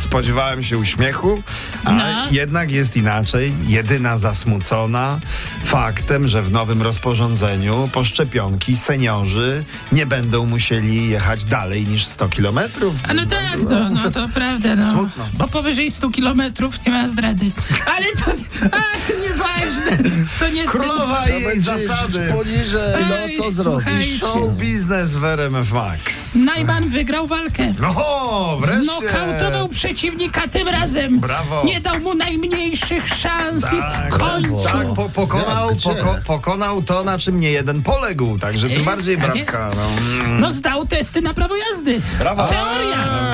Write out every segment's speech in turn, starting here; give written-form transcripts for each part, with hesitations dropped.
spodziewałem się uśmiechu, ale jednak jest inaczej. Jedyna zasmucona faktem, że w nowym rozporządzeniu po szczepionki seniorzy nie będą musieli jechać dalej niż 100 kilometrów. A no tak, to prawda. No. Smutno. Bo powyżej 100 kilometrów nie ma zdrady. Ale to nieważne. To niestety... Królowa Trzeba jej będzie zasady. żyć poniżej, Ej, no co zrobisz? słuchajcie. Show biznes w RMF Max. Najman wygrał walkę. No, wreszcie. Znokautował przeciwnika tym razem. Brawo. Nie dał mu najmniejszych szans i w końcu. Tak, Gdzie? pokonał to, na czym nie jeden poległ, także tym Jest, bardziej tak brawka. No zdał testy na prawo jazdy. Brawo. Teoria.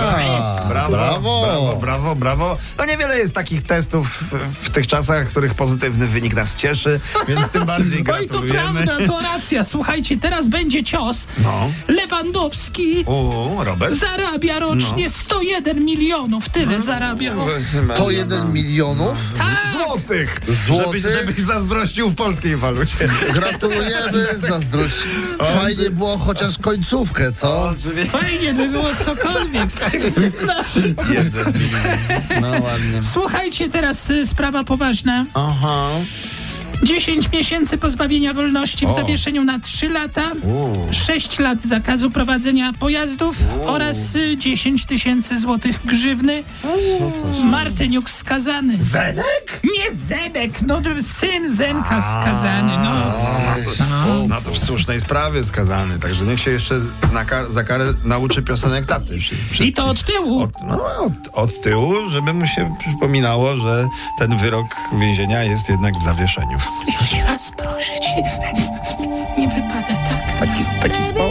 Brawo. No niewiele jest takich testów w tych czasach, których pozytywny wynik nas cieszy, więc tym bardziej No i to gratulujemy. prawda, to racja. Słuchajcie, teraz będzie cios. No. Lewandowski Robert? zarabia rocznie 101 milionów. Tyle zarabia. 101 milionów? Złotych. Złotych? Żebyś zazdrościł w polskiej walucie. Gratulujemy, zazdrość. Fajnie było chociaż końcówkę, co? Fajnie by było cokolwiek z tego. No. No ładnie. Słuchajcie, teraz sprawa poważna. Aha. 10 miesięcy pozbawienia wolności w zawieszeniu na 3 lata, 6 lat zakazu prowadzenia pojazdów oraz 10 000 złotych grzywny. Martyniuk skazany. Zenek? Nie Zenek, no syn Zenka skazany. No to w słusznej sprawie skazany, także niech się jeszcze za karę nauczy piosenek taty. I to od tyłu. Od tyłu, żeby mu się przypominało, że ten wyrok więzienia jest jednak w zawieszeniu. Raz proszę cię, nie wypada tak. Taki sposób.